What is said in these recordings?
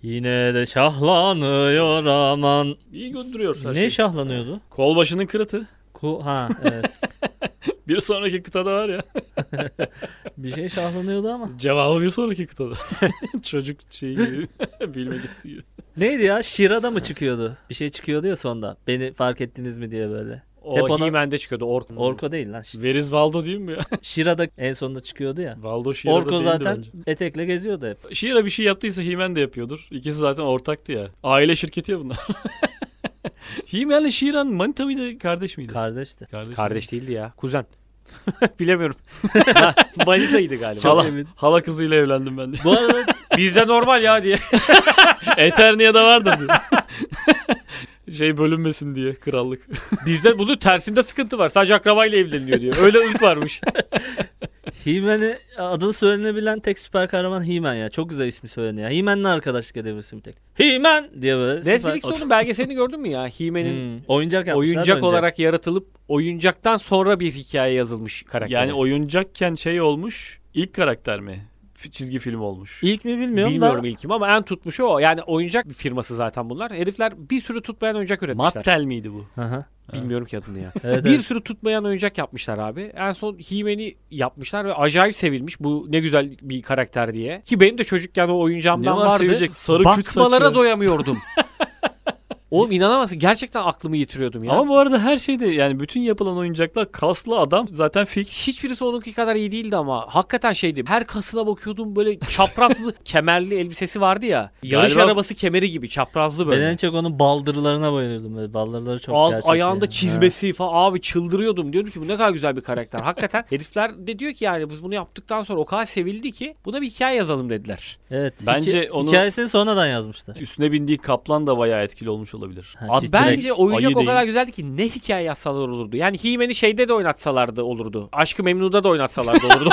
Yine de şahlanıyor aman. İyi gönderiyor her Ne şey. şahlanıyordu? Kolbaşının kıratı. Ha evet. Bir sonraki kıtada var ya. Bir şey şahlanıyordu ama. Cevabı bir sonraki kıtada. Çocuk şeyi gibi. Bilmecesi gibi. Neydi ya? Shira'da mı çıkıyordu? Bir şey çıkıyordu ya sonda. Beni fark ettiniz mi diye böyle. O Hep ona- He-Man'de çıkıyordu. Orko değil lan. Veriz Valdo değil mi ya? Shira'da en sonunda çıkıyordu ya. Valdo Shira'da Orko değildi zaten bence. etekle geziyordu hep. Shira bir şey yaptıysa He-Man de yapıyordur. İkisi zaten ortaktı ya. Aile şirketi ya bunlar. He-Man'le Shira'nın manita mıydı, kardeş miydi? Kardeşti. Kardeş değildi ya. Kuzen. Bilemiyorum. Manitaydı galiba. Çok Hala, emin. hala kızıyla evlendim ben de. Bu arada Bizde normal ya diye. Eternia'da vardır diye. Şey bölünmesin diye krallık. Bizde bunun tersinde sıkıntı var. Sadece akrabayla evleniliyor diyor. Öyle ırk varmış. He-Man'i adını söylenebilen tek süper kahraman He-Man ya. Çok güzel ismi söyleniyor. He-Man'le arkadaşlık edebilirsin bir tek. He-Man diye böyle. Netflix'te onun belgeselini gördün mü ya? He-Man'in Oyuncak yapmışlar. oyuncak olarak yaratılıp oyuncaktan sonra bir hikaye yazılmış karakter. Yani oyuncakken şey olmuş. İlk karakter mi? Çizgi film olmuş. İlk mi bilmiyorum, Bilmiyorum da. ilkim ama en tutmuşu o. Yani oyuncak bir firması zaten bunlar. Herifler bir sürü tutmayan oyuncak üretmişler. Mattel miydi bu? Hı. Bilmiyorum ki adını ya. Evet, Bir evet. sürü tutmayan oyuncak yapmışlar abi. En son He-Man'i yapmışlar ve acayip sevilmiş. Bu ne güzel bir karakter diye. Ki benim de çocukken o oyuncağımdan Ne var vardı. sevecek? Sarı küt Bakmalara saçı. doyamıyordum. Oğlum inanamazsın. Gerçekten aklımı yitiriyordum ya. Ama bu arada her şeyde yani bütün yapılan oyuncaklar kaslı adam zaten fix. Hiçbirisi onunki kadar iyi değildi ama hakikaten şeydi. Her kasına bakıyordum böyle çaprazlı kemerli elbisesi vardı ya. Yarış Galiba- arabası kemeri gibi çaprazlı Ben böyle. en çok onun baldırlarına bayılıyordum. Böyle. Baldırları çok Alt gerçekçi. ayağında yani. çizmesi falan abi çıldırıyordum. Diyordum ki bu ne kadar güzel bir karakter. Hakikaten herifler de diyor ki yani biz bunu yaptıktan sonra o kadar sevildi ki buna bir hikaye yazalım dediler. Evet. Bence onu- Hikayesini sonradan yazmışlar. Üstüne bindiği kaplan da bayağı etkili olmuş olabilir. Ha, At- titrek. Bence oyuncak ayı o kadar değil. güzeldi ki ne hikaye yazsalar olurdu. Yani He-Man'i şeyde de oynatsalardı olurdu. Aşk-ı Memnu'da da oynatsalardı olurdu.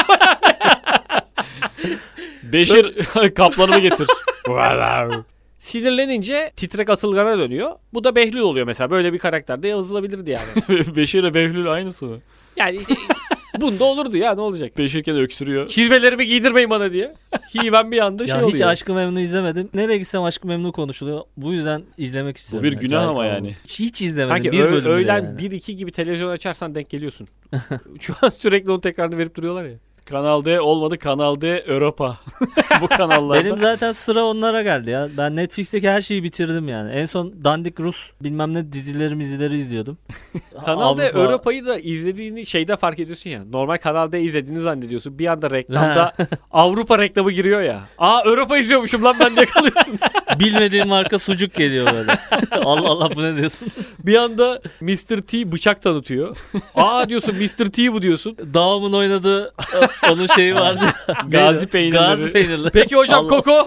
Beşir kaplanımı getir. Sinirlenince titrek atılgana dönüyor. Bu da Behlül oluyor mesela. Böyle bir karakterde yazılabilirdi yani. Beşir'le Behlül aynısı mı? Yani bunda olurdu ya ne olacak. Beşirken öksürüyor. Çizmelerimi giydirmeyin bana diye. He-Man bir anda Ya şey hiç oluyor. Aşk-ı Memnu izlemedim. Nereye gitsem Aşk-ı Memnu konuşuluyor. Bu yüzden izlemek istiyorum. bir günah ama yani. Hiç izlemedim. Kanki bir bölüm bile öğlen yani. 1-2 gibi televizyon açarsan denk geliyorsun. Şu an sürekli onun tekrarını verip duruyorlar ya. Kanal D olmadı, Kanal D Europa. Bu kanallarda. Benim zaten sıra onlara geldi ya. Ben Netflix'teki her şeyi bitirdim yani. En son dandik Rus bilmem ne dizileri izliyordum. Kanal D Avrupa- Avrupa'yı da izlediğini şeyde fark ediyorsun ya. Normal Kanal D izlediğini zannediyorsun. Bir anda reklamda Avrupa reklamı giriyor ya. Aa Avrupa izliyormuşum lan ben diye kalıyorsun. Bilmediğim marka sucuk geliyor böyle. Allah Allah bu ne diyorsun? Bir anda Mr. T bıçak tanıtıyor. Aa diyorsun Mr. T bu diyorsun. Dağımın oynadığı onun şeyi vardı. Gazi peynirleri. Gazi peynirleri. Peki hocam Allah. Koko?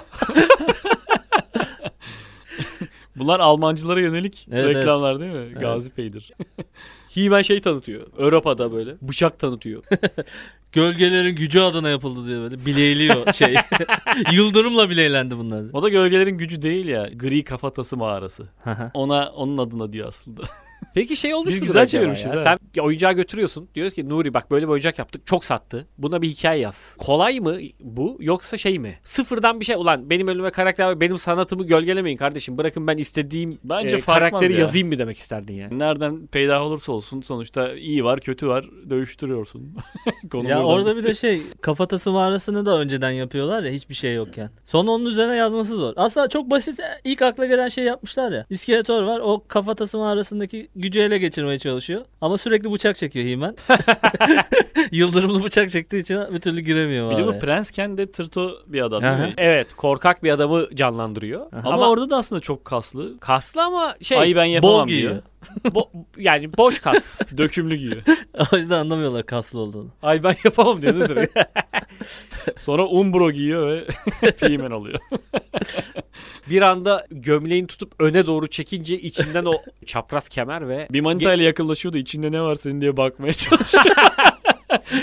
Bunlar Almancılara yönelik Evet, reklamlar değil mi? Evet. Gazi peynir. He-Man şey tanıtıyor. Avrupa'da böyle bıçak tanıtıyor. Gölgelerin gücü adına yapıldı diye böyle bileyliyor şey. Yıldırımla bileylendi bunlar. O da gölgelerin gücü değil ya. Gri kafatası mağarası. Onun adına diyor aslında. Peki şey olmuş Biz mudur güzel acaba çevirmişiz ya? ha. Sen bir oyuncağı götürüyorsun. Diyoruz ki Nuri bak böyle bir oyuncak yaptık. Çok sattı. Buna bir hikaye yaz. Kolay mı bu yoksa şey mi? Sıfırdan bir şey. Ulan benim önüme karakter ve benim sanatımı gölgelemeyin kardeşim. Bırakın ben istediğim Bence farkmaz karakteri ya. yazayım mı demek isterdin yani? Nereden peydah olursa olsun sonuçta iyi var kötü var dövüştürüyorsun. Konu Ya buradan. orada bir de şey kafatası mağarasını da önceden yapıyorlar ya hiçbir şey yokken. Sonra onun üzerine yazması zor. Aslında çok basit ilk akla gelen şey yapmışlar ya. İskeletor var o kafatası mağarasındaki gücü ele geçirmeye çalışıyor. Ama sürekli bıçak çekiyor He-Man. Yıldırımlı bıçak çektiği için bir türlü giremiyor Bir de bu mağaraya. prensken de tırto bir adam değil mi? Evet korkak bir adamı canlandırıyor. Ama orada da aslında çok kaslı. kaslı ama şey Ay ben yapamam Bol giyiyor. diyor. yani boş kas. Dökümlü giyiyor. O yüzden anlamıyorlar kaslı olduğunu. Ay ben yapamam diyor. Sürekli. Sonra Umbro giyiyor ve He-Man oluyor. Bir anda gömleğini tutup öne doğru çekince içinden o çapraz kemer ve Bir manitayla yakınlaşıyordu içinde ne var senin diye bakmaya çalışıyor.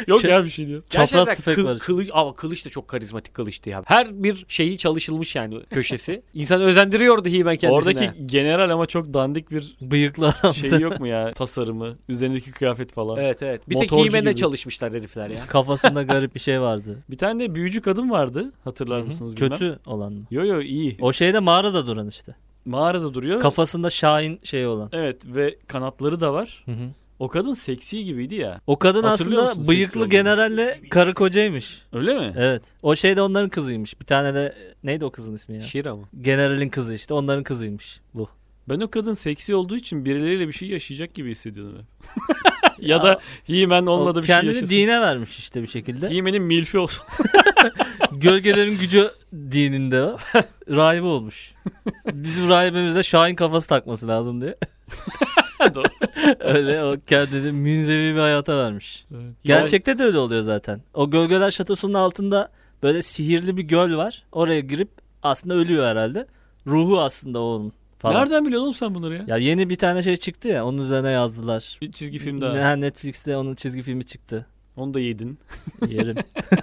Yok ya bir şey diyor. Çapraz Gerçekten tüfek var. kılıç, ama kılıç da çok karizmatik kılıçtı ya. Her bir şeyi çalışılmış yani köşesi. İnsanı özendiriyordu He-Man kendisine. Oradaki general ama çok dandik bir Bıyıklı adam. şey yok mu ya? Tasarımı, üzerindeki kıyafet falan. Evet evet. Bir tek Motorcu He-Man'de gibi. çalışmışlar herifler ya. Kafasında garip bir şey vardı. Bir tane de büyücü kadın vardı. Hatırlar mısınız bilmem. Kötü olan mı? Yo iyi. O şeyde mağarada duran işte. Mağarada duruyor. Kafasında Şahin şeyi olan. Evet ve kanatları da var. Hı hı. O kadın seksi gibiydi ya. O kadın Hatırlıyor aslında musun bıyıklı seksi olduğunu? generalle karı kocaymış. Öyle mi? Evet. O şey de onların kızıymış. Bir tane de neydi o kızın ismi ya? Shira mı? Generalin kızı işte. Onların kızıymış bu. Ben o kadın seksi olduğu için birileriyle bir şey yaşayacak gibi hissediyordum hep. Ya da He-Man onunla da bir şey kendini yaşasın. dine vermiş işte bir şekilde. He-Man'in milfi olsun. Gölgelerin gücü dininde o. Rahibi olmuş. Bizim rahibimiz Şahin kafası takması lazım diye. Doğru. Öyle o kendini münzevi bir hayata vermiş. Evet. Gerçekte de öyle oluyor zaten. O Gölgeler Şatosu'nun altında böyle sihirli bir göl var. Oraya girip aslında ölüyor herhalde. Ruhu aslında o onun falan. Nereden biliyorsun oğlum sen bunları ya? Ya yeni bir tane şey çıktı ya. Onun üzerine yazdılar. Bir çizgi film daha. Netflix'te onun çizgi filmi çıktı. Onu da yedin. Yerim.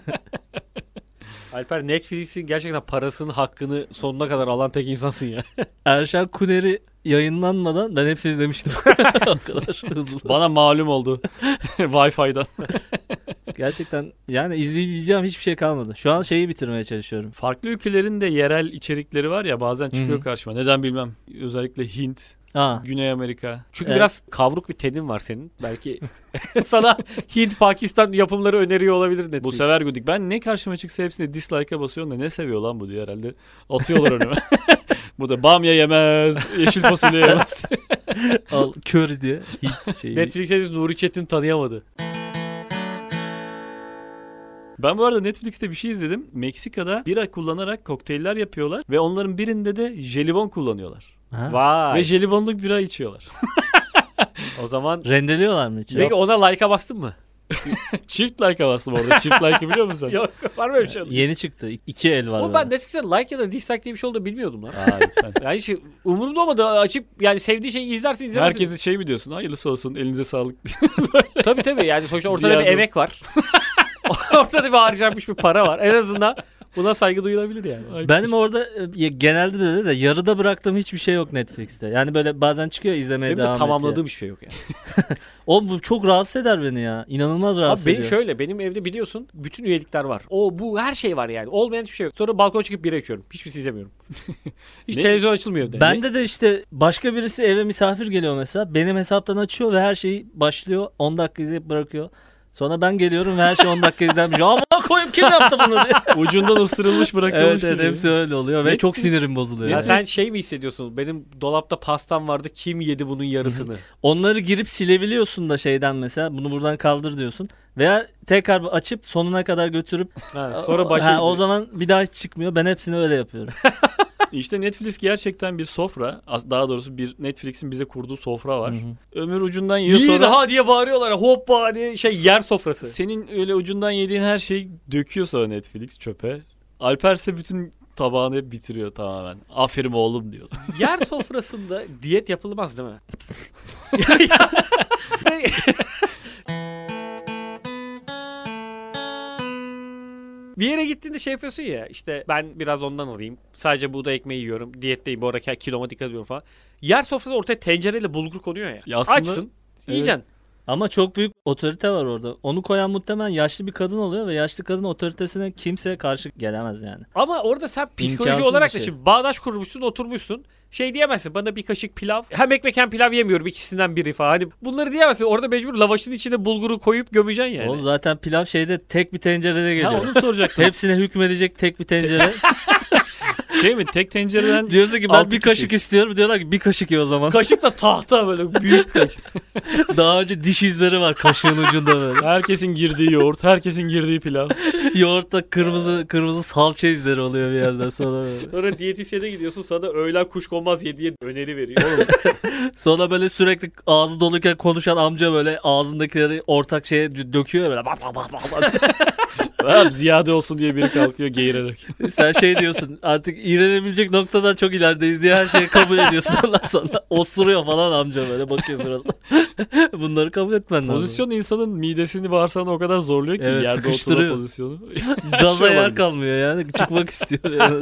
Alper, Netflix'in gerçekten parasının hakkını sonuna kadar alan tek insansın ya. Erşan Kuneri yayınlanmadan ben hepsini izlemiştim. O kadar hızlı. Bana malum oldu. Wi-Fi'dan. Gerçekten yani izleyebileceğim hiçbir şey kalmadı. Şu an şeyi bitirmeye çalışıyorum. Farklı ülkelerin de yerel içerikleri var ya bazen çıkıyor Hı hı. karşıma. Neden bilmem. Özellikle Hint, Ha. Güney Amerika. Çünkü Evet. biraz kavruk bir tenin var senin. Belki sana Hint, Pakistan yapımları öneriyor olabilir Netflix. Bu sever güdük. Ben ne karşıma çıksa hepsine dislike'a basıyorum da ne seviyor lan bu diyor herhalde. Atıyorlar önüme. Bu da bamya yemez, yeşil fasulye yemez. Al kör diye. Hit şeyi. Netflix'e Nuri Çetin tanıyamadı. Ben bu arada Netflix'te bir şey izledim. Meksika'da bira kullanarak kokteyller yapıyorlar ve onların birinde de jelibon kullanıyorlar. Ha? Vay. Ve jelibonluk bira içiyorlar. O zaman Rendeliyorlar mı hiç? peki ona like'a bastın mı? Çift like bastım orada. Çift like'ı biliyor musun sen? Yok, var mı öyle bir şey? Yeni çıktı. 2 el var. Ama ben Netflix'te like ya da dislike diye bir şey olduğunu bilmiyordum lan. Aa lütfen. Yani şey, umurumda olmadı, açıp yani sevdiği şeyi izlersin izlemezsin. Herkesi şey mi diyorsun? Hayırlısı olsun. Elinize sağlık. Tabii yani sonuçta ortada Ziyade bir emek var. Ortada bir harcanmış bir para var. En azından buna saygı duyulabilir yani. Benim orada genelde de öyle de yarıda bıraktığım hiçbir şey yok Netflix'te. Yani böyle bazen çıkıyor izlemeye Benim de devam et tamamladığım bir şey yok yani. diye. Oğlum bu çok rahatsız eder beni ya. İnanılmaz rahatsız Abi benim ediyor. şöyle, benim evde biliyorsun bütün üyelikler var. O bu her şey var yani. Olmayan hiçbir şey yok. Sonra balkona çıkıp bira içiyorum. Hiçbir şey izlemiyorum. Hiç Ne? televizyon açılmıyor evde. Bende de işte başka birisi eve misafir geliyor mesela. Benim hesaptan açıyor ve her şey başlıyor. 10 dakika izleyip bırakıyor. Sonra ben geliyorum ve her şey 10 dakika izlenmiş. Allah koyayım kim yaptı bunu diye. Ucundan ısırılmış bırakılmış. Evet evet gibi. hepsi öyle oluyor ve çok Netflix- sinirim bozuluyor. Ya yani. sen şey mi hissediyorsun? Benim dolapta pastam vardı. Kim yedi bunun yarısını? Onları girip silebiliyorsun da şeyden mesela. Bunu buradan kaldır diyorsun. Veya tekrar açıp sonuna kadar götürüp Ha, sonra başa o zaman bir daha hiç çıkmıyor. Ben hepsini öyle yapıyorum. İşte Netflix gerçekten bir sofra. Daha doğrusu bir Netflix'in bize kurduğu sofra var. Hı hı. Ömür ucundan yiyor İyi sonra daha diye bağırıyorlar. Hoppa diye yer sofrası. senin öyle ucundan yediğin her şeyi döküyor sonra Netflix çöpe. Alper ise bütün tabağını hep bitiriyor tamamen. Aferin oğlum diyor. Yer sofrasında diyet yapılmaz değil mi? Bir yere gittiğinde şey yapıyorsun ya, işte ben biraz ondan alayım. Sadece buğday ekmeği yiyorum. Diyetteyim. Bu arada kiloma dikkat ediyorum falan. Yer sofrasında ortaya tencereyle bulgur konuyor ya. Ya aslında- Açsın. Yiyeceksin. Ama çok büyük otorite var orada. Onu koyan muhtemelen yaşlı bir kadın oluyor ve yaşlı kadın otoritesine kimse karşı gelemez yani. Ama orada sen psikoloji İmkansız olarak bir da şey. şimdi bağdaş kurmuşsun, oturmuşsun. Şey diyemezsin, bana bir kaşık pilav. Hem ekmek hem pilav yemiyorum, ikisinden biri falan. Hani bunları diyemezsin. Orada mecbur lavaşın içine bulguru koyup gömeceksin yani. Oğlum zaten pilav şeyde tek bir tencerede Ha geliyor. onu mu soracaktım? Hepsine hükmedecek tek bir tencere. Şey mi tek tencereden Diyorsun ki ben Altı bir kaşık istiyorum. Diyorlar ki bir kaşık ye o zaman. Kaşık da tahta böyle büyük kaşık. Daha önce diş izleri var kaşığın ucunda böyle. herkesin girdiği yoğurt, herkesin girdiği pilav. Yoğurtta kırmızı salça izleri oluyor bir yerden sonra böyle. Sonra diyetisyene gidiyorsun, sana öğlen kuşkonmaz yediye öneri veriyor. Sonra böyle sürekli ağzı doluyken konuşan amca böyle ağzındakileri ortak şeye döküyor böyle. Bak, bak, bak, bak. Ha, ziyade olsun diye biri kalkıyor geğirerek. Sen şey diyorsun artık iğrenebilecek noktadan çok ilerideyiz diye her şeyi kabul ediyorsun. Ondan sonra osuruyor falan amca böyle bakıyor sırada. Bunları kabul etmen lazım. Pozisyon insanın midesini bağırsağını o kadar zorluyor ki Evet, yerde oturma sıkıştırıyor. pozisyonu. Gaza Şey yer olabilir. kalmıyor yani. Çıkmak istiyor. Yani.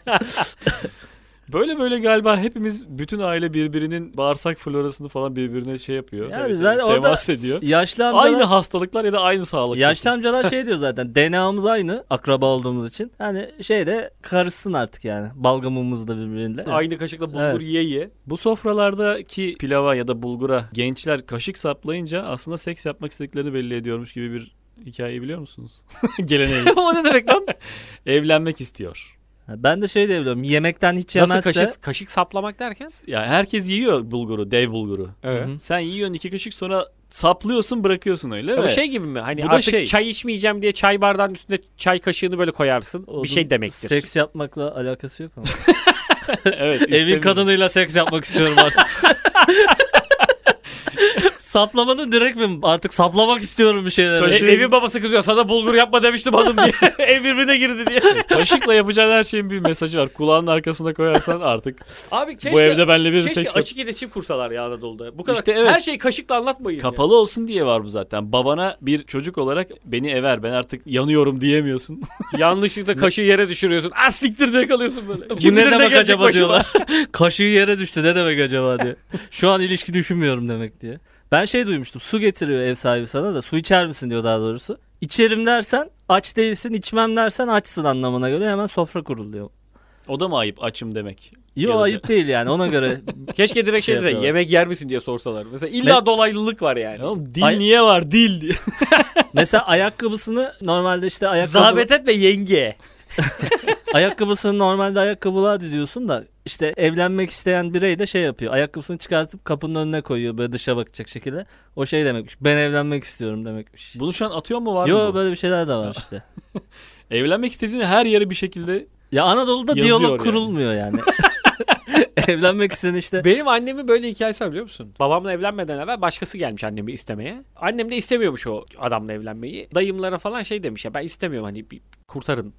Böyle galiba hepimiz bütün aile birbirinin bağırsak florasını falan birbirine şey yapıyor. Yani zaten orada temas ediyor. yaşlı amcalar, Aynı hastalıklar ya da aynı sağlık. yaşlı amcalar şey diyor zaten. DNA'mız aynı akraba olduğumuz için. Hani şeyde karışsın artık yani. Balgamımız da birbiriyle. Aynı kaşıkla bulgur Evet. ye. Bu sofralardaki pilava ya da bulgura gençler kaşık saplayınca aslında seks yapmak istediklerini belli ediyormuş gibi bir hikayeyi biliyor musunuz? Geleneği. O ne demek lan? Evlenmek istiyor. Ben de şey diyebiliyorum. Yemekten hiç Nasıl yemezse. kaşık saplamak derken? Ya herkes yiyor bulguru, dev bulguru. Evet. Hı hı. Sen yiyorsun 2 kaşık sonra saplıyorsun bırakıyorsun öyle Bu mi? şey gibi mi? Hani Bu da artık şey. çay içmeyeceğim diye çay bardağının üstüne çay kaşığını böyle koyarsın. Onun bir şey demektir. Seks yapmakla alakası yok ama. Evet. Evin istemiyorum. kadınıyla seks yapmak istiyorum artık. Saplamanın direkt mi? Artık saplamak istiyorum bir şeyleri. Kaşı- Evin babası kızıyor. Sana bulgur yapma demiştim hanım diye. Ev birbirine girdi diye. Kaşıkla yapacağın her şeyin bir mesajı var. Kulağının arkasına koyarsan artık Abi bu evde benimle bir keşke seks yap. açık iletişim kursalar ya Anadolu'da. Bu kadar. İşte evet. Her şeyi kaşıkla anlatmayın. Kapalı olsun diye var bu zaten. Babana bir çocuk olarak beni ever ben artık yanıyorum diyemiyorsun. Ya. Yanlışlıkla kaşığı yere düşürüyorsun. Az siktir diye kalıyorsun böyle. Bu Kim bilir ne demek gelecek acaba başıma. diyorlar. Kaşığı yere düştü ne demek acaba diye. Şu an ilişki düşünmüyorum demek diye. Ben şey duymuştum. Su getiriyor ev sahibi sana da. Su içer misin diyor daha doğrusu. İçerim dersen aç değilsin, içmem dersen açsın anlamına göre hemen sofra kuruluyor. O da mı ayıp açım demek? Yo Ya da- ayıp değil yani ona göre. Keşke direkt şey dese, yapıyorlar. yemek yer misin diye sorsalar. Mesela illa dolaylılık var yani. Ya oğlum, dil Ay- niye var dil diye. Mesela ayakkabısını normalde işte Zahmet etme yenge. ayakkabısını normalde ayakkabılığa diziyorsun da işte evlenmek isteyen birey de şey yapıyor. Ayakkabısını çıkartıp kapının önüne koyuyor böyle dışa bakacak şekilde. O şey demekmiş. Ben evlenmek istiyorum demekmiş. Bunu şu an atıyor mu var mı? Yo bu? böyle bir şeyler de var işte. Evlenmek istediğini her yere bir şekilde Ya Anadolu'da Yazıyor diyalog yani. kurulmuyor yani. Evlenmek isteyen işte. Benim annemin böyle hikayesi var biliyor musun? Babamla evlenmeden evvel başkası gelmiş annemi istemeye. Annem de istemiyormuş o adamla evlenmeyi. Dayımlara falan şey demiş ya ben istemiyorum hani bir kurtarın.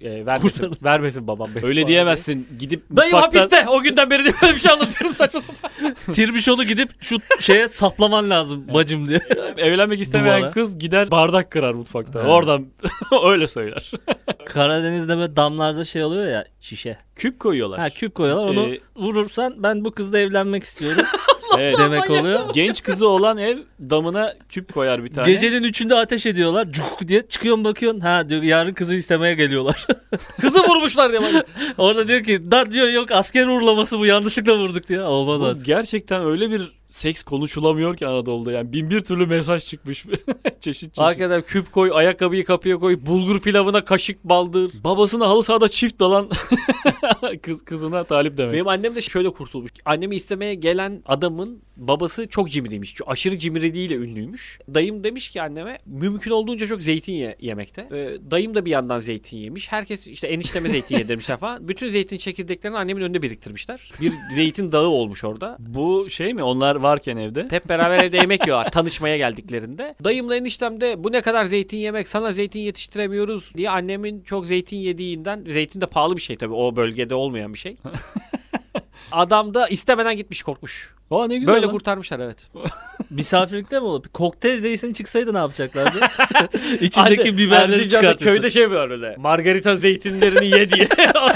Vermesin babam beni. öyle falan diyemezsin. Gidip diye. Dayım mutfaktan hapiste. O günden beri de böyle bir şey anlatıyorum saçma sapan. Tirbişonu gidip şu şeye saplaman lazım bacım diye. evlenmek istemeyen Duvara. kız gider bardak kırar mutfakta. Ha. Oradan öyle söyler. Karadeniz'de böyle damlarda şey oluyor ya şişe. Küp koyuyorlar. Ha küp koyuyorlar onu Ee, vurursan ben bu kızla evlenmek istiyorum Evet. demek oluyor. Genç kızı olan ev damına küp koyar bir tane. Gecenin 3'ünde ateş ediyorlar. Cuk diye çıkıyorsun bakıyorsun. Ha diyor yarın kızı istemeye geliyorlar. Kızı vurmuşlar diye bana. Orada diyor ki da diyor yok asker uğurlaması bu yanlışlıkla vurduk diye. Olmaz Oğlum, artık. gerçekten öyle bir seks konuşulamıyor ki Anadolu'da. Yani bin bir türlü mesaj çıkmış. çeşit. Hakikaten küp koy, ayakkabıyı kapıya koy, bulgur pilavına kaşık baldır. Babasına halı sahada çift dalan kızına talip demek. Benim annem de şöyle kurtulmuş. Annemi istemeye gelen adamın babası çok cimriymiş. Çok aşırı cimriliğiyle ünlüymüş. Dayım demiş ki anneme mümkün olduğunca çok zeytin yemekte. Dayım da bir yandan zeytin yemiş. Herkes işte enişteme zeytin yedirmişler falan. Bütün zeytin çekirdeklerini annemin önünde biriktirmişler. Bir zeytin dağı olmuş orada. Bu şey mi? Onlar varken evde. Hep beraber evde yemek yiyorlar tanışmaya geldiklerinde. Dayımla eniştem de bu ne kadar zeytin yemek sana zeytin yetiştiremiyoruz diye annemin çok zeytin yediğinden zeytin de pahalı bir şey tabii o bölgede olmayan bir şey. Adam da istemeden gitmiş korkmuş. Aa ne güzel Böyle lan. kurtarmışlar evet. Misafirlikte mi olup kokteyl zeytin çıksaydı ne yapacaklardı? İçindeki biberleri Erzincan'da çıkartırsın. köyde şey yapıyor öyle. Margarita zeytinlerini ye diye.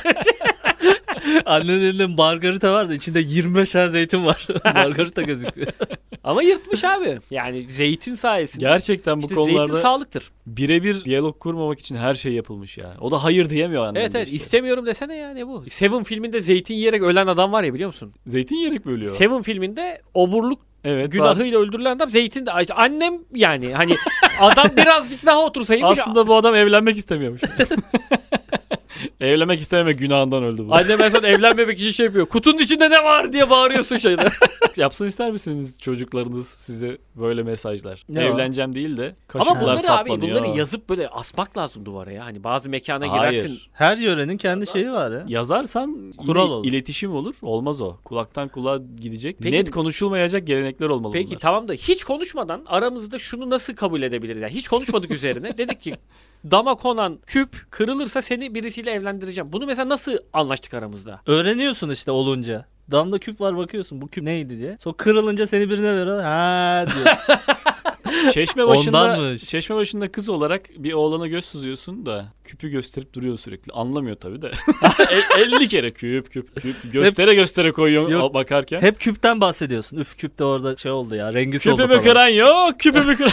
Annenin elinde margarita var da içinde 25 tane zeytin var. Margarita gözüküyor. Ama yırtmış abi. Yani zeytin sayesinde. Gerçekten bu İşte konularda zeytin sağlıktır. birebir diyalog kurmamak için her şey yapılmış ya. O da hayır diyemiyor annem Evet de evet işte. istemiyorum desene ya ne bu? Seven filminde zeytin yiyerek ölen adam var ya biliyor musun? Zeytin yiyerek mi ölüyor? Seven filminde oburluk Evet. var. günahıyla öldürülen adam zeytin de annem yani hani adam birazcık daha otursaymış. Aslında bu adam evlenmek istemiyormuş. Evlenmek istememe günahından öldü bu. Annem en son evlenmemek için şey yapıyor. Kutunun içinde ne var diye bağırıyorsun şeyde. Yapsın ister misiniz çocuklarınız size böyle mesajlar? Ne Evleneceğim değil de Ama kaşıklar bunları abi saplanıyor. bunları yazıp böyle asmak lazım duvara ya. Hani bazı mekana Hayır. girersin. Her yörenin kendi şeyi var ya. Yazarsan Kural yine olur. iletişim olur. Olmaz o. Kulaktan kulağa gidecek. Peki- Net konuşulmayacak gelenekler olmalı Peki bunlar. tamam da hiç konuşmadan aramızda şunu nasıl kabul edebiliriz? Yani hiç konuşmadık üzerine. Dedik ki dama konan küp kırılırsa seni birisiyle evlendireceğim. Bunu mesela nasıl anlaştık aramızda? Öğreniyorsun işte olunca. Damda küp var bakıyorsun bu küp neydi diye. Sonra kırılınca seni birine veriyorlar. Ha diyorsun. Ondanmış. Çeşme başında kız olarak bir oğlana göz süzüyorsun da küpü gösterip duruyor sürekli. Anlamıyor tabii de. 50 kere küp. Göstere koyuyor Yok. bakarken. Hep küpten bahsediyorsun. Üf küp de orada şey oldu ya. Rengi soldu Küpümü falan. kıran yok. Küpümü kıran.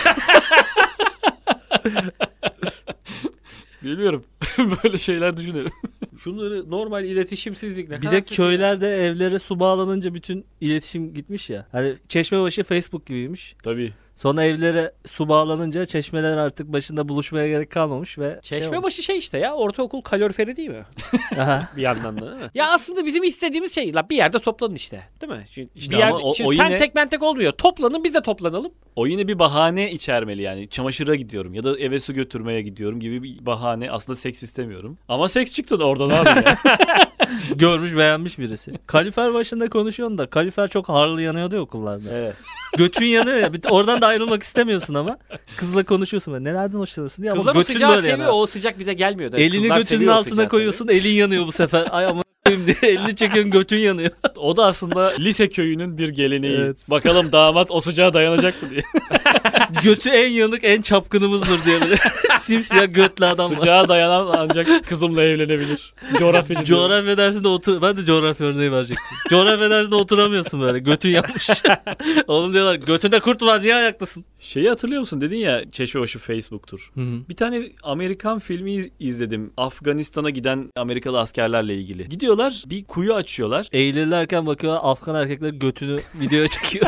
Bilmiyorum. Böyle şeyler düşünelim. Şunları normal iletişimsizlikle. Bir de köylerde evlere su bağlanınca bütün iletişim gitmiş ya. Hani Çeşmebaşı Facebook gibiymiş. Tabii. Sonra evlere su bağlanınca çeşmeler artık başında buluşmaya gerek kalmamış ve Çeşmebaşı şey işte ya, ortaokul kaloriferi değil mi? Aha. Bir yandan da değil mi? Ya aslında bizim istediğimiz şey la bir yerde toplanın işte. Değil mi? Şimdi, İşte bir yer, ama o şimdi yine- sen tek ben tek olmuyor. Toplanın biz de toplanalım. O yine bir bahane içermeli yani. Çamaşıra gidiyorum ya da eve su götürmeye gidiyorum gibi bir bahane. Aslında seks istemiyorum. Ama seks çıktı da oradan abi ya. Görmüş beğenmiş birisi. Kalorifer başında konuşuyorsun da kalorifer çok harlı yanıyordu ya okullarda. Evet. Götün yanıyor ya. Oradan da ayrılmak istemiyorsun ama. Kızla konuşuyorsun böyle. Nelerden hoşlanırsın diye ama Kızlar o götün sıcağı böyle seviyor. yanıyor. O sıcak bize gelmiyor. Da. Elini Kızlar götünün seviyor o altına sıcağı koyuyorsun. Elin yanıyor bu sefer. Ay aman diye elini çekiyorsun götün yanıyor. O da aslında lise köyünün bir geleneği. Evet. Bakalım damat o sıcağa dayanacak mı diye. Götü en yanık en çapkınımızdır diye böyle. Simsiyah götlü adam var. Sıcağa dayanan ancak kızımla evlenebilir. Coğrafyacı. Coğrafya dersinde otur. Ben de coğrafya örneği verecektim. Coğrafya dersinde oturamıyorsun böyle. Götün yanmış. Oğlum diyorlar götünde kurt var niye ayaktasın? Şeyi hatırlıyor musun? Dedin ya Çeşmebaşı Facebook'tur. Bir tane Amerikan filmi izledim. Afganistan'a giden Amerikalı askerlerle ilgili. Gidiyorlar bir kuyu açıyorlar. Eğilirlerken bakıyorlar Afgan erkekler götünü videoya çekiyor.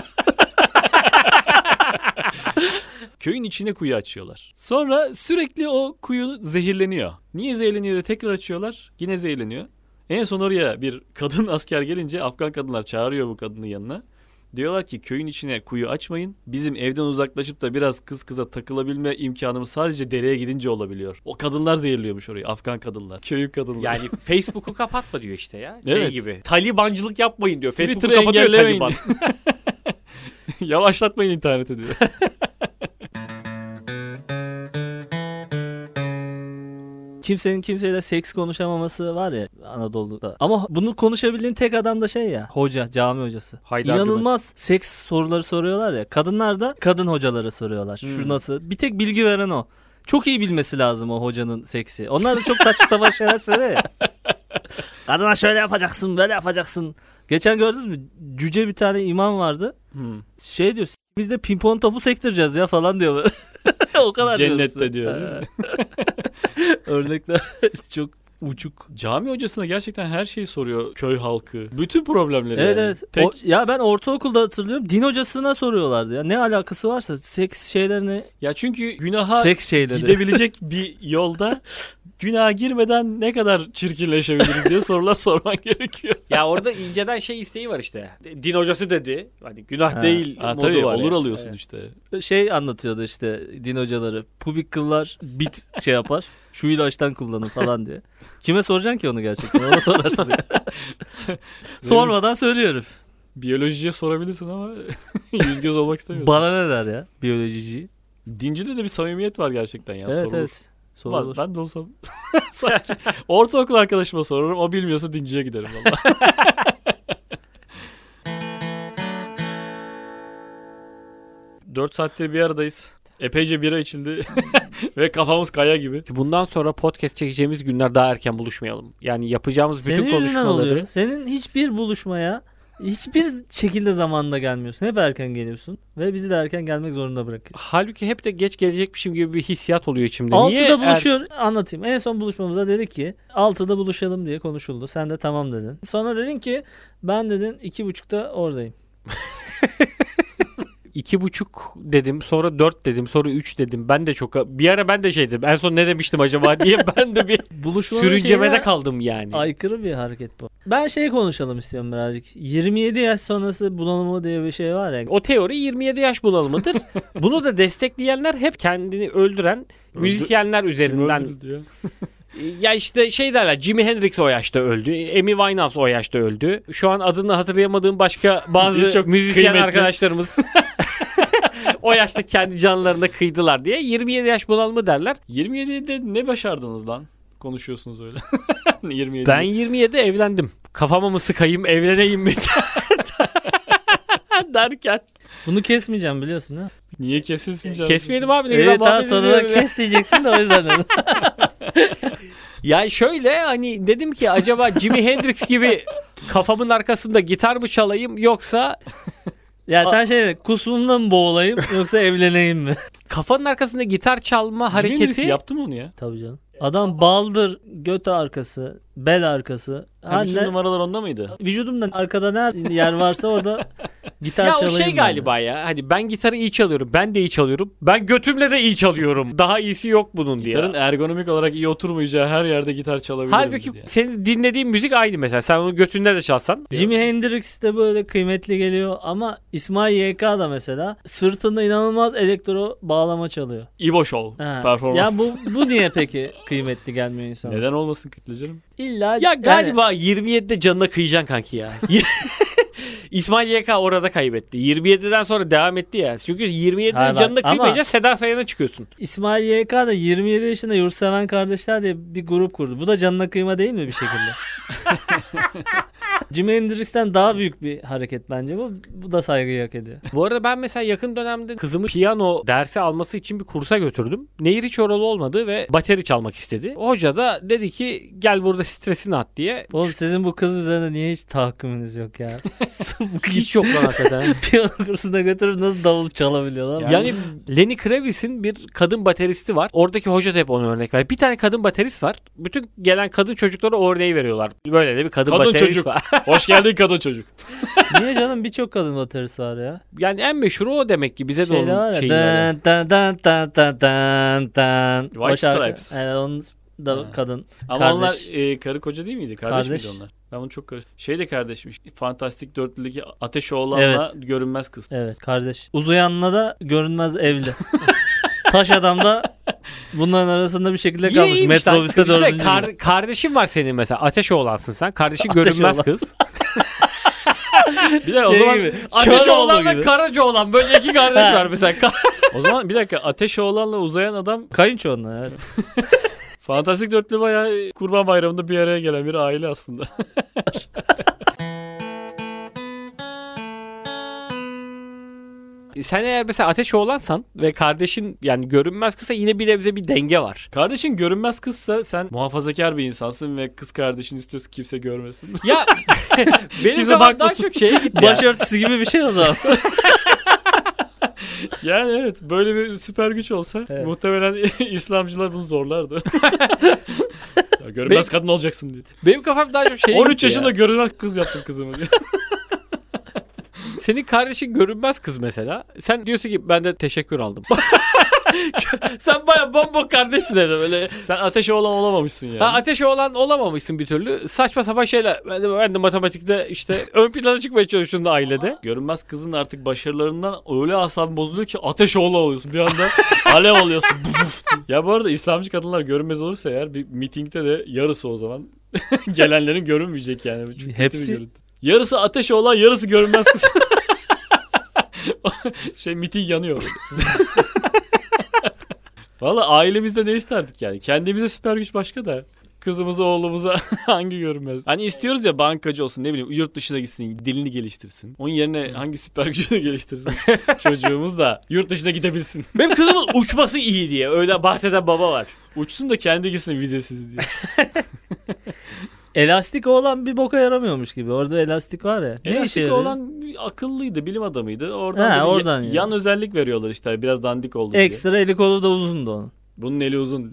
Köyün içine kuyu açıyorlar. Sonra sürekli o kuyu zehirleniyor. Niye zehirleniyor diye tekrar açıyorlar. Yine zehirleniyor. En son oraya bir kadın asker gelince Afgan kadınlar çağırıyor bu kadının yanına. Diyorlar ki köyün içine kuyu açmayın. Bizim evden uzaklaşıp da biraz kız kıza takılabilme imkanımız sadece dereye gidince olabiliyor. O kadınlar zehirliyormuş orayı. Afgan kadınlar. Köyün kadınları. Yani Facebook'u kapatma diyor işte ya. Şey Evet. gibi. Talibancılık yapmayın diyor. Facebook'u Twitter'ı kapatıyor engellemeyin. Taliban. Yavaşlatmayın interneti diyor. Kimsenin kimseyle seks konuşamaması var ya Anadolu'da. Ama bunu konuşabildiğin tek adam da şey ya. Hoca, cami hocası. Haydar İnanılmaz seks soruları soruyorlar ya. Kadınlar da kadın hocaları soruyorlar. Şu nasıl? Bir tek bilgi veren o. Çok iyi bilmesi lazım o hocanın seksi. Onlar da çok saçma sapan şeyler söylüyor ya. Kadına şöyle yapacaksın, böyle yapacaksın. Geçen gördünüz mü? Cüce bir tane imam vardı. Şey diyor, biz de pimpon topu sektireceğiz ya falan diyor. O kadar Cennette diyor değil mi? Örnekler çok uçuk. Cami hocasına gerçekten her şeyi soruyor köy halkı. Bütün problemleri Evet yani. evet. Tek- Ya ben ortaokulda hatırlıyorum. Din hocasına soruyorlardı ya. Ne alakası varsa seks şeylerini, Ya çünkü günaha seks şeyleri. gidebilecek bir yolda günaha girmeden ne kadar çirkinleşebiliriz diye sorular sorman gerekiyor. Ya orada inceden şey isteği var işte. Din hocası dedi. Hani günah Ha. değil modu Tabii var. olur ya. alıyorsun Evet. işte. Şey anlatıyordu işte din hocaları. Pubik kıllar bit şey yapar. Şu ilaçtan kullanın falan diye. Kime soracaksın ki onu gerçekten? Ona sorarsın ya. Sormadan söylüyorum. Biyolojiye sorabilirsin ama yüz göz olmak istemiyorsun. Bana ne der ya biyolojici? Dincide de bir samimiyet var gerçekten ya. Evet sorulur. evet. Ulan Sorulur. ben de olsam sanki ortaokul arkadaşıma sorarım. O bilmiyorsa dinciye giderim valla. Dört saattir bir aradayız. Epeyce bira içildi ve kafamız kaya gibi. Bundan sonra podcast çekeceğimiz günler daha erken buluşmayalım. Yani yapacağımız Senin bütün yüzünden oluyor. konuşmaları. Senin hiçbir buluşmaya hiçbir şekilde zamanında gelmiyorsun. Hep erken geliyorsun. Ve bizi de erken gelmek zorunda bırakıyorsun. Halbuki hep de geç gelecekmişim gibi bir hissiyat oluyor içimde. 6'da buluşuyor. Anlatayım. En son buluşmamızda dedik ki 6'da buluşalım diye konuşuldu. Sen de tamam dedin. Sonra dedin ki ben dedin 2.30'da oradayım. 2.5 dedim, sonra 4 dedim, sonra 3 dedim. Ben de çok bir ara ben de şeydim. En son ne demiştim acaba diye ben de bir Buluşmanın sürüncemede şeyine kaldım yani. aykırı bir hareket bu. Ben şey konuşalım istiyorum birazcık. 27 yaş sonrası bunalımı diye bir şey var ya. O teori 27 yaş bunalımıdır. Bunu da destekleyenler hep kendini öldüren müzisyenler üzerinden. Öldürüldü ya. Ya işte şey derler, Jimi Hendrix o yaşta öldü. Amy Winehouse o yaşta öldü. Şu an adını hatırlayamadığım başka bazı Birçok müzisyen kıymetli- arkadaşlarımız O yaşta kendi canlarına kıydılar diye 27 yaş bunalımı derler. 27'de ne başardınız lan? Konuşuyorsunuz öyle. 27. Ben 27 evlendim. Kafama mı sıkayım, evleneyim mi derken. Bunu kesmeyeceğim biliyorsun ha. Niye kesilsin canım? Kesmeyelim abi. Ne güzel Evet daha muhabbet sonra ediyorum ya. kes diyeceksin de o yüzden dedim. Ya şöyle hani dedim ki acaba Jimi Hendrix gibi kafamın arkasında gitar mı çalayım yoksa Ya sen kusmumla mı boğulayım yoksa evleneyim mi? kafanın arkasında gitar çalma Jimi Hendrix hareketi yaptı mı onu ya? Tabii canım. Adam baldır, göt arkası, bel arkası. Ha, bütün Anne, numaralar onda mıydı? vücudumda arkada ne yer varsa orada gitar ya çalayım o şey ben de. galiba ya. Hani ben gitarı iyi çalıyorum. Ben de iyi çalıyorum. Ben götümle de iyi çalıyorum. Daha iyisi yok bunun diye. Gitarın ergonomik olarak iyi oturmayacağı her yerde gitar çalabilir Halbuki miyiz yani? senin dinlediğin müzik aynı mesela. Sen onu götünde de çalsan. Jimi Hendrix de böyle kıymetli geliyor ama İsmail YK da mesela sırtında inanılmaz elektro bağlama çalıyor. İbo Show Ha. performans. Ya bu niye peki kıymetli gelmiyor insana? Neden olmasın kitle canım? İlla Ya galiba 27'de canına kıyacaksın kanki ya. İsmail YK orada kaybetti. 27'den sonra devam etti ya. Çünkü 27'de Ha, bak, canına ama- kıymayınca Seda Sayan'a çıkıyorsun. İsmail YK da 27 yaşında Yurtseven Kardeşler diye bir grup kurdu. Bu da canına kıyma değil mi bir şekilde? Jimi Hendrix'ten daha büyük bir hareket bence bu. Bu da saygıyı hak ediyor. Bu arada ben mesela yakın dönemde kızımı piyano dersi alması için bir kursa götürdüm. Nehir hiç oralı olmadı ve bateri çalmak istedi. Hoca da dedi ki gel burada stresini at diye. Oğlum sizin bu kız üzerine niye hiç tahakkümünüz yok ya? Hiç yok lan hakikaten. Piyano kursuna götürüp nasıl davul çalabiliyorlar? Yani Lenny Kravitz'in bir kadın bateristi var. Oradaki hoca da hep onu örnek ver. Bir tane kadın baterist var. Bütün gelen kadın çocuklara o örneği veriyorlar. Böyle de bir kadın Kadın baterist çocuk. var. Hoş geldin kadın çocuk. Niye canım birçok kadın baterist var ya. Yani en meşhuru o demek ki bize de Şeyde var onun ya. şeyi var. Dan dan dan dan dan dan dan. White O şarkı- Stripes. Evet onun da Ha. kadın. Ama Kardeş. onlar karı koca değil miydi? Kardeş, Kardeş. miydi onlar? Ben bunu çok karıştırdım. Şey de kardeşmiş. Fantastik Dörtlü'deki Ateş Oğlan'la Görünmez Kız. Evet kardeş. Uzayanla da görünmez evli. Taş adam da bunların arasında bir şekilde Yine kalmış. iyiymiş lan. Metrobüste İşte dördüncü. kardeşin var senin mesela. Ateş oğlansın sen. Kardeşin Ateş görünmez oğlan. kız. Bir dakika o Şey zaman gibi. Ateş Köroğlu oğlanla gibi. Karaca oğlan. Böyle iki kardeş var mesela. o zaman bir dakika Ateş Oğlan'la uzayan adam Kayınço onlar. Evet. Fantastik Dörtlü bayağı Kurban Bayramı'nda bir araya gelen bir aile aslında. Sen eğer mesela ateş oğlansan ve kardeşin yani görünmez kızsa yine bir nebze bir denge var. Kardeşin görünmez kızsa sen muhafazakar bir insansın ve kız kardeşin istiyorsun kimse görmesin. Ya benim Kimse zaman daha bakmasın. çok şeye gitti ya. Başörtüsü gibi bir şey o zaman. Yani evet böyle bir süper güç olsa Evet. muhtemelen İslamcılar bunu zorlardı. Ya görünmez kadın olacaksın diye. Benim kafam daha çok şeye 13 gitti yaşında ya. görünmez kız yaptım kızımı diye. Senin kardeşin görünmez kız mesela. Sen diyorsun ki ben de teşekkür aldım. Sen baya bomba kardeşsin de böyle. Sen Ateş Oğlan olamamışsın yani. Ha, ateş olan olamamışsın bir türlü. Saçma sapan şeyler. Ben de matematikte işte ön plana çıkmaya çalışıyorum da ailede. Görünmez kızın artık başarılarından öyle asabın bozuluyor ki Ateş Oğlan oluyorsun. Bir anda alev oluyorsun. Ya bu arada İslamcı kadınlar görünmez olursa eğer bir mitingde de yarısı o zaman gelenlerin görünmeyecek yani. Çünkü kötü bir Hepsi- görüntü. Yarısı Ateş Oğlan, yarısı görünmez kız. Miting yanıyor. Valla ailemizde ne isterdik yani? Kendimize süper güç başka da. Kızımıza, oğlumuza hangi görünmez? Hani istiyoruz ya bankacı olsun, ne bileyim yurt dışına gitsin, dilini geliştirsin. Onun yerine hangi süper gücünü geliştirsin? Çocuğumuz da yurt dışına gidebilsin. Benim kızımın uçması iyi diye öyle bahseden baba var. Uçsun da kendi gitsin vizesiz diye. Elastik olan bir boka yaramıyormuş gibi. Orada elastik var ya. Ne işe Elastik yarıyor? olan akıllıydı, bilim adamıydı. Oradan Ha, da bir oradan yani. yan özellik veriyorlar işte biraz dandik oldu diye. Ekstra eli kolu da uzundu onun. Bunun eli uzun.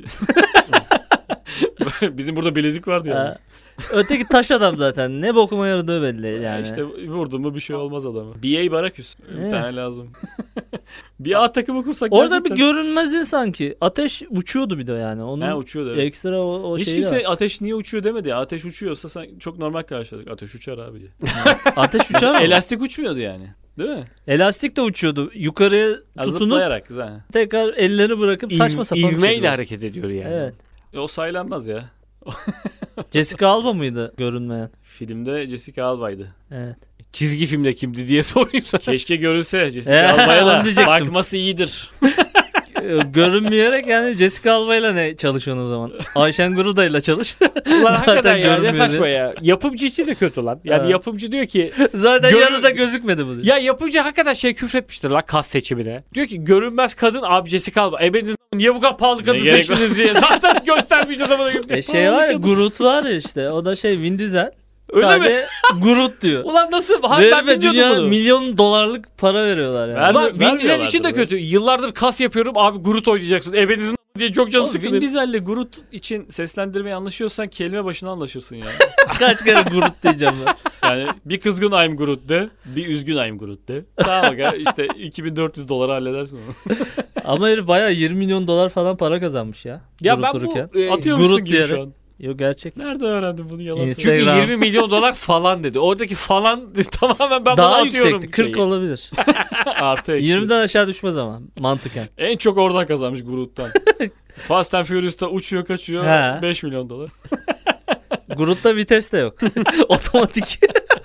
Bizim burada bilezik vardı Ha. yalnız. Öteki taş adam zaten. Ne bokuma yaradığı belli yani. İşte vurdun mu bir şey olmaz adama. BA Baraküs. Bir Evet. tane lazım. Bir A takımı kursak Orada gerçekten. bir görünmezin sanki. Ateş uçuyordu bir de yani. Onun He uçuyor da. Evet. ekstra o Hiç şeyi kimse var. ateş niye uçuyor demedi ya. Ateş uçuyorsa sen çok normal karşıladık. Ateş uçar abi diye. Ateş uçar mı? Elastik uçmuyordu yani. Değil mi? Elastik de uçuyordu. Yukarıya Ha, tutunup zıplayarak. Güzel. tekrar elleri bırakıp saçma sapan bir İvmeyle şekilde. hareket ediyor yani. Evet. O saylanmaz ya. Jessica Alba mıydı görünmeyen? Filmde Jessica Alba'ydı. Evet. Çizgi filmde kimdi diye sorayım sana. Keşke görülse Jessica Alba'ya onu da diyecektim. bakması iyidir. Görünmeyerek yani Jessica Alba'yla ne çalışıyorsun o zaman? Ayşen Guruda'yla çalış. Ulan hakikaten ya ne görünmüyor saçma diye. ya. Yapımcı için de kötü lan. Yani Evet. yapımcı diyor ki Zaten Görün- yanında gözükmedi bu diyor. ya yapımcı hakikaten küfretmiştir lan kas seçimine. Diyor ki görünmez kadın abi Jessica Alba. Ebeniniz niye bu kadar pahalı kadın Ne gerek seçtiniz diye. Zaten göstermeyeceğiz ama. Şey var ya Groot var ya işte o da şey Vin Diesel. Öyle Sadece Groot diyor. Ulan nasıl? Hayır, ben Ve bilmiyordum dünya bunu. milyon dolarlık para veriyorlar yani. Ver- Ulan Vin Diesel vermiyorlardır için de be. kötü. Yıllardır kas yapıyorum abi Groot oynayacaksın. Ebenizin diye çok canı Oğlum, Vin sıkılır. Diesel'le Groot için seslendirmeyi anlaşıyorsan kelime başına anlaşırsın yani. Kaç kere Groot diyeceğim ben. Yani bir kızgın I'm Groot de, bir üzgün I'm Groot de. Tamam bak ya, işte $2400 halledersin onu. Ama herif bayağı 20 milyon dolar falan para kazanmış ya. Ya Groot ben dururken. bu Atıyor Groot musun gibi diyerek. şu an? Yok gerçek. Nereden öğrendin bunu yalan Insta- söylüyorsun? çünkü Instagram. 20 milyon dolar falan dedi. Oradaki falan tamamen ben Daha buna atıyorum. yüksekti. 40 şeyi. olabilir. Artı eksi. 20'den aşağı düşmez ama mantıken. En çok oradan kazanmış Groot'tan. Fast and Furious'ta uçuyor kaçıyor He. 5 milyon dolar. Groot'ta vites de yok. Otomatik.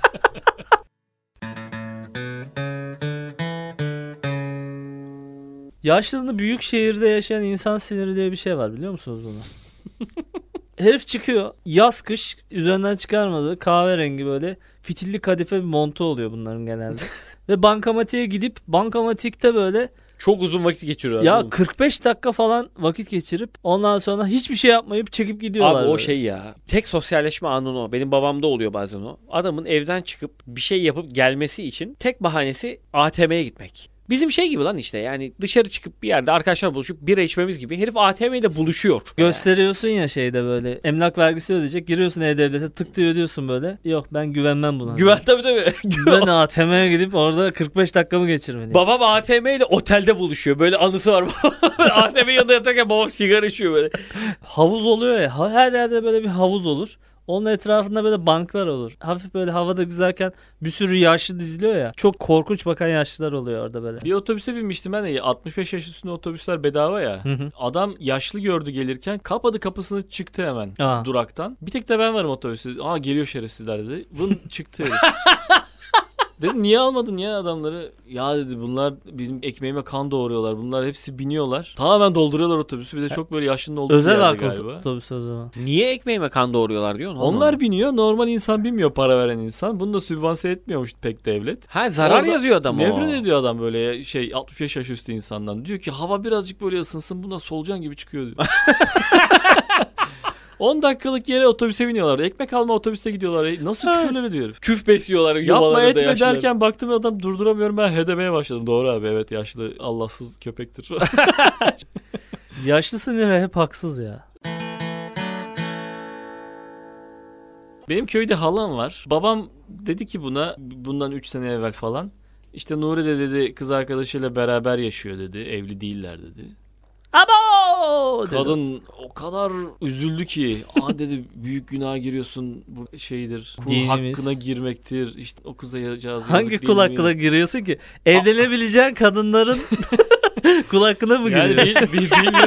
Yaşlılığında büyük şehirde yaşayan insan siniri diye bir şey var biliyor musunuz bunu? Herif çıkıyor yaz kış üzerinden çıkarmadığı kahverengi böyle fitilli kadife bir montu oluyor bunların genelde. Ve bankamatiğe gidip bankamatikte böyle Çok uzun vakit geçiriyor. ya adam. 45 dakika falan vakit geçirip ondan sonra hiçbir şey yapmayıp çekip gidiyorlar. Abi o böyle. şey ya. Tek sosyalleşme anı o. Benim babamda oluyor bazen o. Adamın evden çıkıp bir şey yapıp gelmesi için tek bahanesi ATM'ye gitmek. Bizim şey gibi lan işte yani dışarı çıkıp bir yerde arkadaşlar buluşup bira içmemiz gibi herif ATM'de buluşuyor. Gösteriyorsun ya şeyde böyle emlak vergisi ödeyecek giriyorsun E-Devlet'e tık diye ödüyorsun böyle. Yok ben güvenmem buna. Güven tabii. Ben ATM'ye gidip orada 45 dakikamı geçirmeliyim. Babam ATM ile otelde buluşuyor. Böyle anısı var. ATM yanında yatarken babam sigara içiyor böyle. Havuz oluyor ya her yerde böyle bir havuz olur. Onun etrafında böyle banklar olur. Hafif böyle havada güzelken bir sürü yaşlı diziliyor ya. Çok korkunç bakan yaşlılar oluyor orada böyle. Bir otobüse binmiştim ben de 65 yaş üstünde otobüsler bedava ya. Hı hı. Adam yaşlı gördü gelirken kapadı kapısını çıktı hemen Aa. duraktan. Bir tek de ben varım otobüste. Aa geliyor şerefsizler dedi. Bunun çıktı herif. Dedim niye almadın ya adamları? Ya dedi bunlar benim ekmeğime kan doğuruyorlar. Bunlar hepsi biniyorlar. Tamamen dolduruyorlar otobüsü. Bir de çok böyle yaşlının olduğu bir Özel yerde halk galiba. otobüsü o zaman. Niye ekmeğime kan doğuruyorlar diyor. Onlar biniyor. Normal insan binmiyor para veren insan. Bunu da sübvanse etmiyormuş pek devlet. Ha zarar Orada yazıyor adam o. Nefret ediyor adam böyle 65 yaş üstü insandan. Diyor ki hava birazcık böyle ısınsın buna solucan gibi çıkıyor diyor. 10 dakikalık yere otobüse biniyorlar. Ekmek alma otobüse gidiyorlar. Nasıl küfürler ediyor herif? Küf besliyorlar Yapma yuvalarında etme yaşlılar. derken baktım adam durduramıyorum ben hedemeye başladım. Doğru abi evet yaşlı Allahsız köpektir. Yaşlı siniri hep haksız ya. Benim köyde halam var. Babam dedi ki buna bundan 3 sene evvel falan. İşte Nuri de dedi kız arkadaşıyla beraber yaşıyor dedi. Evli değiller dedi. Abo! dedi. Kadın o kadar üzüldü ki dedi büyük günaha giriyorsun bu şeydir. Kul Dinimiz. hakkına girmektir. İşte o kıza yazık Hangi değil kul mi? hakkına giriyorsun ki? Evlenebileceğin kadınların kul hakkına mı Yani giriyorsun? bilmiyorum.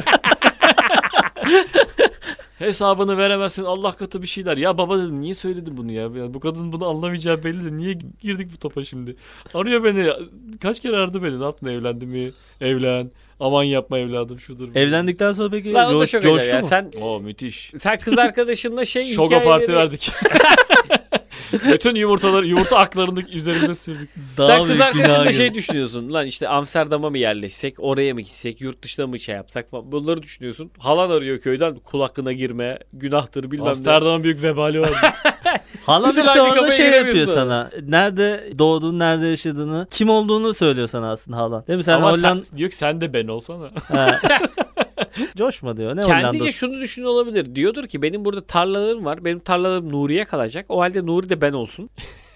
Hesabını veremezsin Allah katı bir şeyler. Ya baba dedim niye söyledin bunu ya? Yani bu kadın bunu anlamayacağı belli de niye girdik bu topa şimdi? Arıyor beni. Kaç kere aradı beni. Ne yaptın evlendi mi? Evlen. Aman yapma evladım şudur. bu. Evlendikten sonra peki Lan o da çok acayip coştu ya. mu? Sen Müthiş. kız arkadaşınla şey Şoga parti hikayeleri... verdik. Bütün yumurta aklarını üzerimize sürdük. Daha Sen kız büyük arkadaşınla günaha şey girdi. düşünüyorsun. Lan işte Amsterdam'a mı yerleşsek, oraya mı gitsek, yurt dışına mı şey yapsak falan. Bunları düşünüyorsun. Halan arıyor köyden kul hakkına girme, günahtır bilmem ne. Amsterdam'ın büyük vebali var. Halan Bütün işte aynı orada kafaya şey yapıyor giremiyorsun. sana. Nerede doğduğunu, nerede yaşadığını, kim olduğunu söylüyor sana aslında halan. Değil mi? Sen Ama Hollanda... diyor ki sen de ben olsana. Ha. Coşma diyor. Ne Kendince Hollanda'sı? şunu düşünüyor olabilir. Diyordur ki benim burada tarlalarım var. Benim tarlalarım Nuri'ye kalacak. O halde Nuri de ben olsun.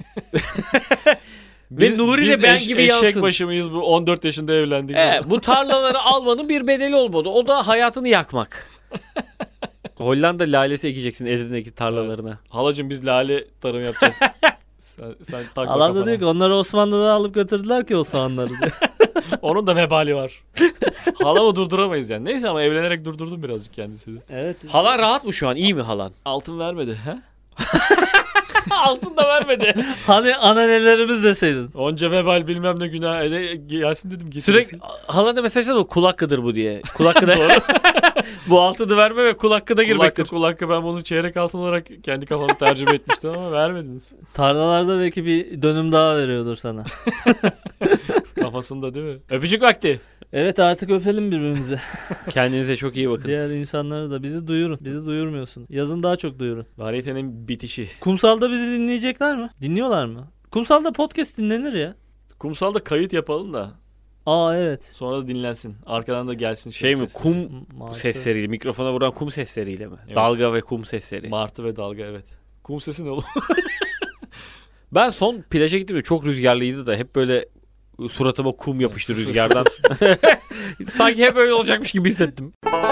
Ve Nuri de ben gibi eşek yansın. başı mıyız bu 14 yaşında evlendik. Bu tarlaları almanın bir bedeli olmadı. O da hayatını yakmak. Hollanda lalesi ekeceksin Edirne'deki tarlalarına. Halacığım biz lale tarım yapacağız. sen takma Halan da kafana. diyor ki onları Osmanlı'dan alıp götürdüler ki o soğanları diyor. Onun da vebali var. Halamı durduramayız yani. Neyse ama evlenerek durdurdum birazcık kendisini. Evet. işte. Halan rahat mı şu an? İyi mi halan? Altın vermedi. He? Altın da vermedi. Hani ananelerimiz deseydin. Onca vebal bilmem ne günah gelsin dedim. Sürekli halana mesaj atıyor, kul hakkıdır bu diye. Kul hakkı da bu altını verme ve kul hakkı da girmektir. Kul hakkı ben bunu çeyrek altın olarak kendi kafamda tercüme etmiştim ama vermediniz. Tarlalarda belki bir dönüm daha veriyordur sana. Kafasında değil mi? Öpücük vakti. Evet, artık öpelim birbirimizi. Kendinize çok iyi bakın. Diğer insanları da bizi duyurun. Bizi duyurmuyorsun. Yazın daha çok duyurun. Variyetenin bitişi. Kumsal'da bizi dinleyecekler mi? Dinliyorlar mı? Kumsal'da podcast dinlenir ya. Kumsalda kayıt yapalım da Aa evet. sonra da dinlensin. Arkadan da gelsin. Şey mi, ses. kum Martı. sesleriyle, mikrofona vuran kum sesleriyle mi? Evet. Dalga ve kum sesleri. Martı ve dalga, evet. Kum sesi ne olur? Ben son plaja gittim de çok rüzgarlıydı da hep böyle suratıma kum yapıştı rüzgardan. Sanki hep öyle olacakmış gibi hissettim.